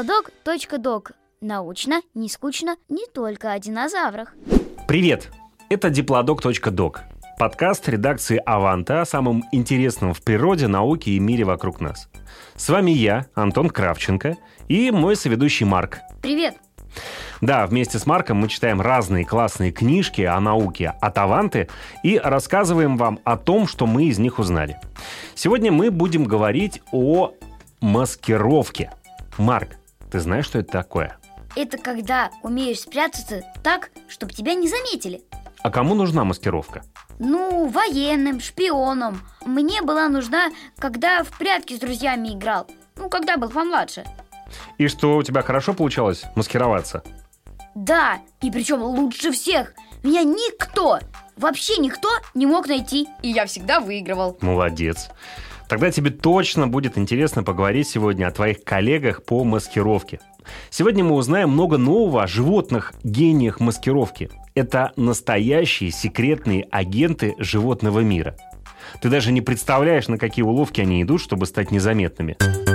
Диплодок.док. Научно, не скучно, не только о динозаврах. Привет! Это Диплодок.док. Подкаст редакции «Аванта» о самом интересном в природе, науке и мире вокруг нас. С вами я, Антон Кравченко, и мой соведущий Марк. Привет! Да, вместе с Марком мы читаем разные классные книжки о науке от «Аванты» и рассказываем вам о том, что мы из них узнали. Сегодня мы будем говорить о маскировке. Марк, ты знаешь, что это такое? Это когда умеешь спрятаться так, чтобы тебя не заметили. А кому нужна маскировка? Военным, шпионам. Мне была нужна, когда в прятки с друзьями играл. Когда был помладше. И что, у тебя хорошо получалось маскироваться? Да, и причем лучше всех. Меня вообще никто не мог найти. И я всегда выигрывал. Молодец. Тогда тебе точно будет интересно поговорить сегодня о твоих коллегах по маскировке. Сегодня мы узнаем много нового о животных гениях маскировки. Это настоящие секретные агенты животного мира. Ты даже не представляешь, на какие уловки они идут, чтобы стать незаметными.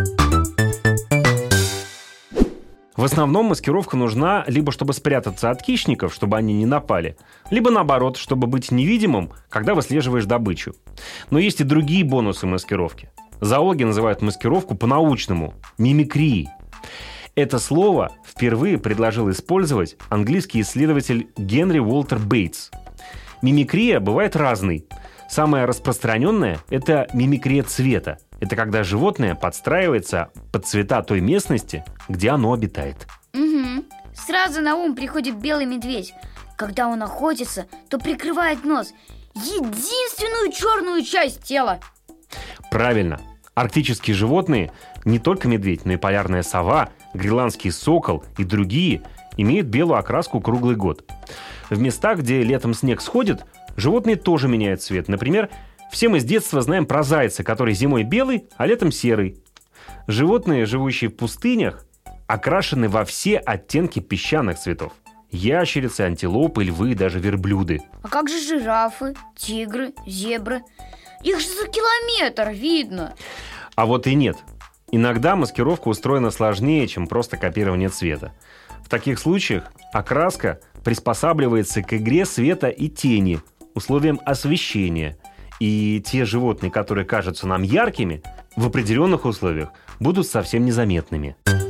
В основном маскировка нужна либо чтобы спрятаться от хищников, чтобы они не напали, либо наоборот, чтобы быть невидимым, когда выслеживаешь добычу. Но есть и другие бонусы маскировки. Зоологи называют маскировку по-научному – мимикрией. Это слово впервые предложил использовать английский исследователь Генри Уолтер Бейтс. Мимикрия бывает разной. Самая распространенная – это мимикрия цвета. Это когда животное подстраивается под цвета той местности, где оно обитает. Угу. Сразу на ум приходит белый медведь. Когда он охотится, то прикрывает нос, единственную черную часть тела. Правильно. Арктические животные, не только медведь, но и полярная сова, гренландский сокол и другие, имеют белую окраску круглый год. В местах, где летом снег сходит, животные тоже меняют цвет. Например, все мы с детства знаем про зайца, который зимой белый, а летом серый. Животные, живущие в пустынях, окрашены во все оттенки песчаных цветов. Ящерицы, антилопы, львы и даже верблюды. А как же жирафы, тигры, зебры? Их же за километр видно. А вот и нет. Иногда маскировка устроена сложнее, чем просто копирование цвета. В таких случаях окраска приспосабливается к игре света и тени, условиям освещения. И те животные, которые кажутся нам яркими, в определенных условиях будут совсем незаметными.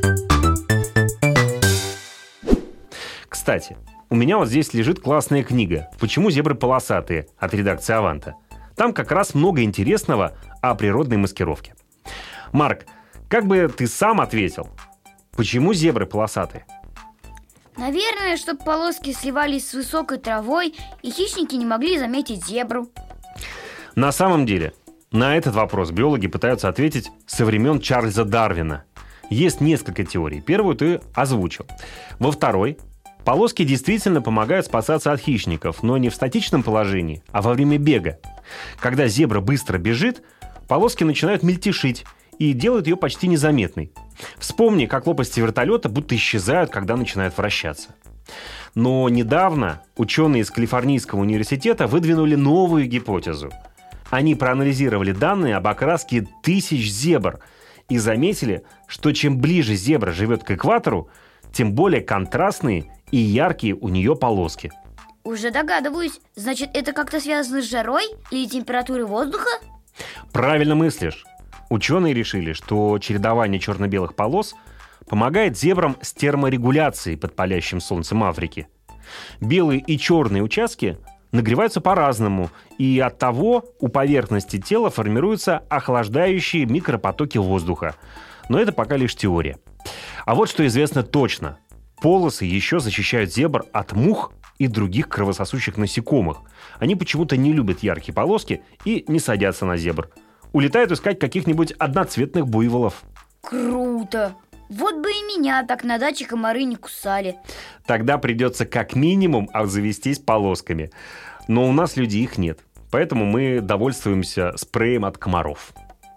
Кстати, у меня вот здесь лежит классная книга «Почему зебры полосатые» от редакции «Аванта». Там как раз много интересного о природной маскировке. Марк, как бы ты сам ответил, почему зебры полосатые? Наверное, чтобы полоски сливались с высокой травой, и хищники не могли заметить зебру. На самом деле, на этот вопрос биологи пытаются ответить со времен Чарльза Дарвина. Есть несколько теорий. Первую ты озвучил. Во второй, полоски действительно помогают спасаться от хищников, но не в статичном положении, а во время бега. Когда зебра быстро бежит, полоски начинают мельтешить и делают ее почти незаметной. Вспомни, как лопасти вертолета будто исчезают, когда начинают вращаться. Но недавно ученые из Калифорнийского университета выдвинули новую гипотезу. Они проанализировали данные об окраске тысяч зебр и заметили, что чем ближе зебра живет к экватору, тем более контрастные и яркие у нее полоски. Уже догадываюсь. Значит, это как-то связано с жарой или температурой воздуха? Правильно мыслишь. Ученые решили, что чередование черно-белых полос помогает зебрам с терморегуляцией под палящим солнцем Африки. Белые и черные участки нагреваются по-разному, и оттого у поверхности тела формируются охлаждающие микропотоки воздуха. Но это пока лишь теория. А вот что известно точно. Полосы еще защищают зебр от мух и других кровососущих насекомых. Они почему-то не любят яркие полоски и не садятся на зебр. Улетают искать каких-нибудь одноцветных буйволов. Круто! Вот бы и меня так на даче комары не кусали. Тогда придется как минимум обзавестись полосками. Но у нас, людей, их нет. Поэтому мы довольствуемся спреем от комаров.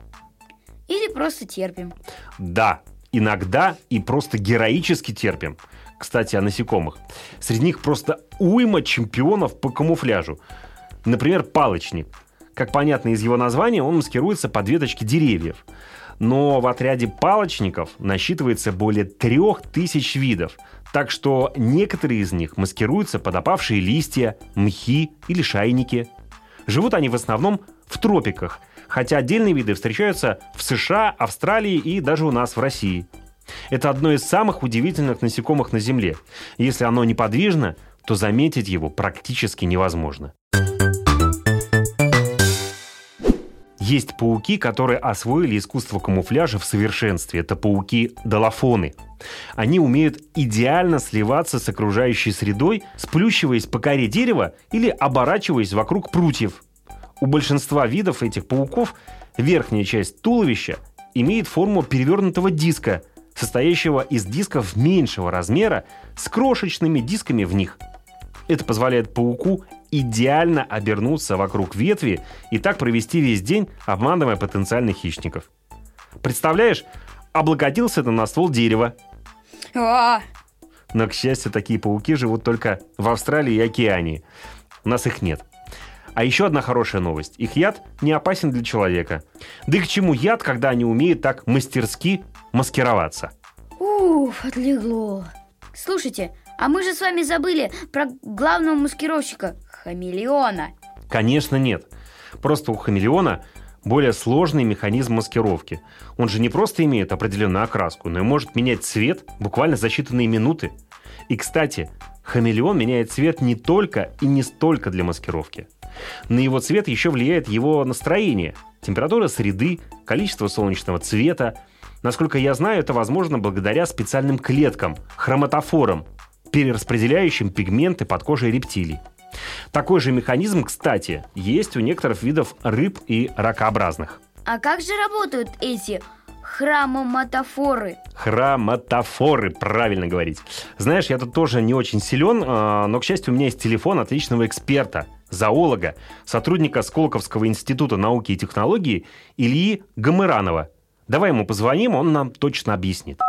Или просто терпим. Да, иногда и просто героически терпим. Кстати, о насекомых. Среди них просто уйма чемпионов по камуфляжу. Например, палочник. Как понятно из его названия, он маскируется под веточки деревьев. Но в отряде палочников насчитывается более 3000 видов, так что некоторые из них маскируются под опавшие листья, мхи или шайники. Живут они в основном в тропиках, хотя отдельные виды встречаются в США, Австралии и даже у нас в России. Это одно из самых удивительных насекомых на Земле. Если оно неподвижно, то заметить его практически невозможно. Есть пауки, которые освоили искусство камуфляжа в совершенстве. Это пауки-долофоны. Они умеют идеально сливаться с окружающей средой, сплющиваясь по коре дерева или оборачиваясь вокруг прутьев. У большинства видов этих пауков верхняя часть туловища имеет форму перевернутого диска, состоящего из дисков меньшего размера с крошечными дисками в них. Это позволяет пауку идеально обернуться вокруг ветви и так провести весь день, обманывая потенциальных хищников. Представляешь, облокотился ты на ствол дерева. Но, к счастью, такие пауки живут только в Австралии и Океании. У нас их нет. А еще одна хорошая новость. Их яд не опасен для человека. Да и к чему яд, когда они умеют так мастерски маскироваться? Отлегло. Слушайте, а мы же с вами забыли про главного маскировщика – хамелеона. Конечно, нет. Просто у хамелеона более сложный механизм маскировки. Он же не просто имеет определенную окраску, но и может менять цвет буквально за считанные минуты. И, кстати, хамелеон меняет цвет не только и не столько для маскировки. На его цвет еще влияет его настроение, температура среды, количество солнечного цвета. Насколько я знаю, это возможно благодаря специальным клеткам – хроматофорам, перераспределяющим пигменты под кожей рептилий. Такой же механизм, кстати, есть у некоторых видов рыб и ракообразных. А как же работают эти хроматофоры? Хроматофоры, правильно говорить. Знаешь, я тут тоже не очень силен, но, к счастью, у меня есть телефон отличного эксперта, зоолога, сотрудника Сколковского института науки и технологий Ильи Гамыранова. Давай ему позвоним, он нам точно объяснит.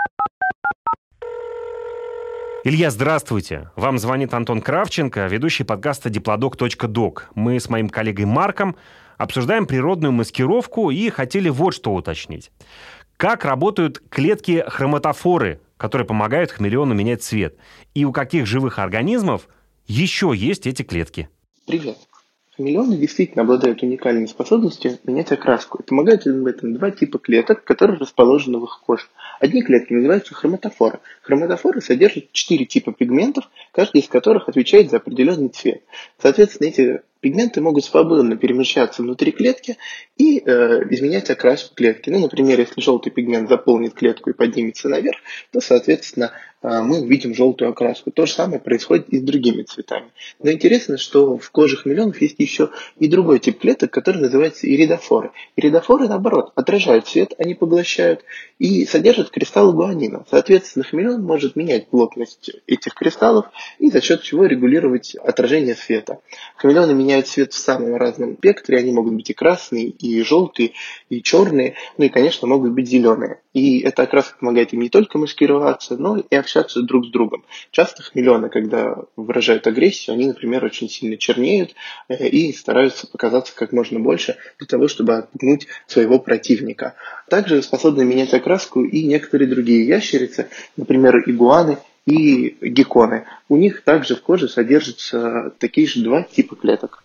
Илья, здравствуйте. Вам звонит Антон Кравченко, ведущий подкаста diplodok.doc. Мы с моим коллегой Марком обсуждаем природную маскировку и хотели вот что уточнить. Как работают клетки-хроматофоры, которые помогают хамелеону менять цвет? И у каких живых организмов еще есть эти клетки? Привет. Хамелеоны действительно обладают уникальной способностью менять окраску. И помогают им в этом два типа клеток, которые расположены в их коже. Одни клетки называются хроматофоры. Хроматофоры содержат 4 типа пигментов, каждый из которых отвечает за определенный цвет. Соответственно, эти пигменты могут свободно перемещаться внутри клетки и изменять окраску клетки. Например, если желтый пигмент заполнит клетку и поднимется наверх, то, соответственно, мы увидим желтую окраску. То же самое происходит и с другими цветами. Но интересно, что в коже хамелеонов есть еще и другой тип клеток, который называется иридофоры. Иридофоры, наоборот, отражают свет, они поглощают и содержат кристаллы гуанина. Соответственно, хамелеон может менять плотность этих кристаллов и за счет чего регулировать отражение света. Хамелеоны меняют цвет в самом разном спектре. Они могут быть и красные, и желтые, и черные, и, конечно, могут быть зеленые. И эта окраска помогает им не только маскироваться, но и общаться друг с другом. Часто хамелеоны, когда выражают агрессию, они, например, очень сильно чернеют и стараются показаться как можно больше для того, чтобы отпугнуть своего противника. Также способны менять окраску и некоторые другие ящерицы, например, игуаны и гекконы. У них также в коже содержатся такие же два типа клеток.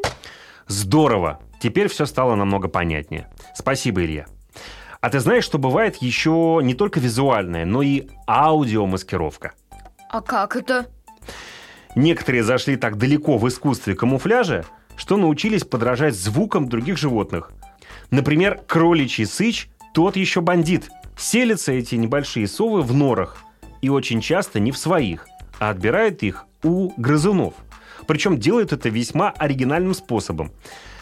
Здорово! Теперь все стало намного понятнее. Спасибо, Илья. А ты знаешь, что бывает еще не только визуальная, но и аудиомаскировка? А как это? Некоторые зашли так далеко в искусстве камуфляжа, что научились подражать звукам других животных. Например, кроличий сыч – тот еще бандит. Селятся эти небольшие совы в норах. И очень часто не в своих, а отбирают их у грызунов. Причем делают это весьма оригинальным способом.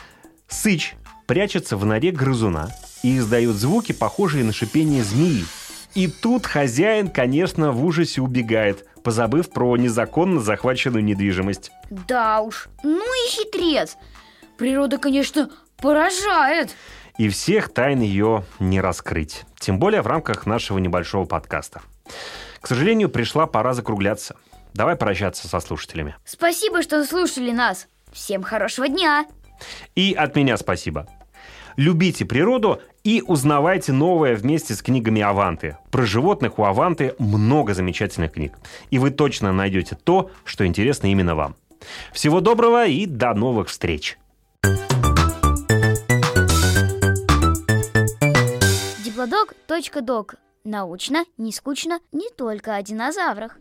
Сыч прячется в норе грызуна и издает звуки, похожие на шипение змеи. И тут хозяин, конечно, в ужасе убегает, позабыв про незаконно захваченную недвижимость. Да уж, ну и хитрец. Природа, конечно, поражает. И всех тайн ее не раскрыть. Тем более в рамках нашего небольшого подкаста. К сожалению, пришла пора закругляться. Давай прощаться со слушателями. Спасибо, что слушали нас. Всем хорошего дня. И от меня спасибо. Любите природу и узнавайте новое вместе с книгами Аванты. Про животных у Аванты много замечательных книг. И вы точно найдете то, что интересно именно вам. Всего доброго и до новых встреч! Диплодок.док. Научно, не скучно, не только о динозаврах.